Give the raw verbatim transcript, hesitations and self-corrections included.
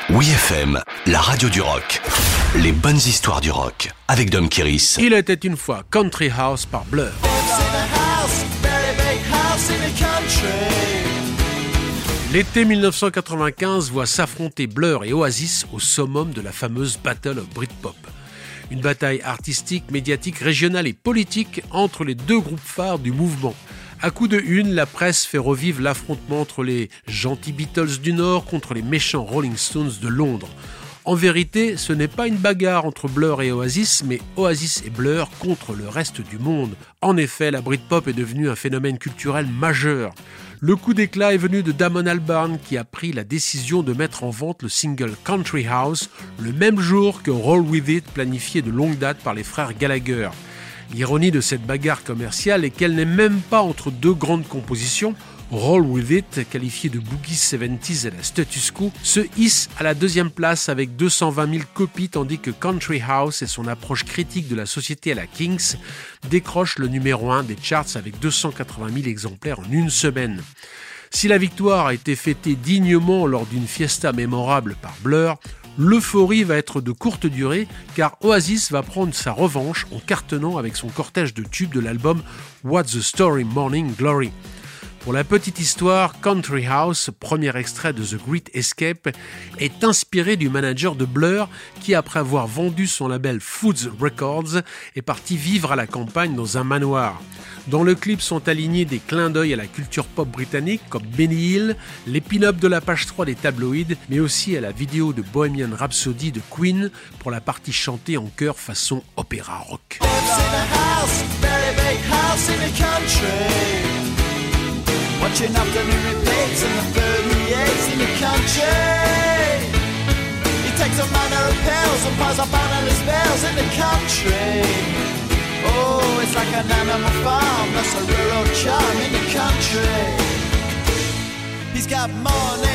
Oui F M, la radio du rock. Les bonnes histoires du rock avec Dom Kiris. Il était une fois Country House par Blur. L'été dix-neuf cent quatre-vingt-quinze voit s'affronter Blur et Oasis au summum de la fameuse Battle of Britpop. Une bataille artistique, médiatique, régionale et politique entre les deux groupes phares du mouvement. À coup de une, la presse fait revivre l'affrontement entre les gentils Beatles du Nord contre les méchants Rolling Stones de Londres. En vérité, ce n'est pas une bagarre entre Blur et Oasis, mais Oasis et Blur contre le reste du monde. En effet, la Britpop est devenue un phénomène culturel majeur. Le coup d'éclat est venu de Damon Albarn qui a pris la décision de mettre en vente le single Country House le même jour que Roll With It, planifié de longue date par les frères Gallagher. L'ironie de cette bagarre commerciale est qu'elle n'est même pas entre deux grandes compositions. Roll With It, qualifié de Boogie soixante-dix et la Status Quo, se hisse à la deuxième place avec deux cent vingt mille copies, tandis que Country House et son approche critique de la société à la Kings décrochent le numéro un des charts avec deux cent quatre-vingt mille exemplaires en une semaine. Si la victoire a été fêtée dignement lors d'une fiesta mémorable par Blur, l'euphorie va être de courte durée car Oasis va prendre sa revanche en cartonnant avec son cortège de tubes de l'album What's the Story Morning Glory. Pour la petite histoire, Country House, premier extrait de The Great Escape, est inspiré du manager de Blur qui, après avoir vendu son label Foods Records, est parti vivre à la campagne dans un manoir. Dans le clip sont alignés des clins d'œil à la culture pop britannique comme Benny Hill, les pin-ups de la page trois des tabloïds, mais aussi à la vidéo de Bohemian Rhapsody de Queen pour la partie chantée en chœur façon opéra rock. Watching afternoon repeats in the thirty-eights in the country. He takes a manner of pills and piles up analyst bills in the country. Oh, it's like an animal farm, that's a rural charm in the country. He's got money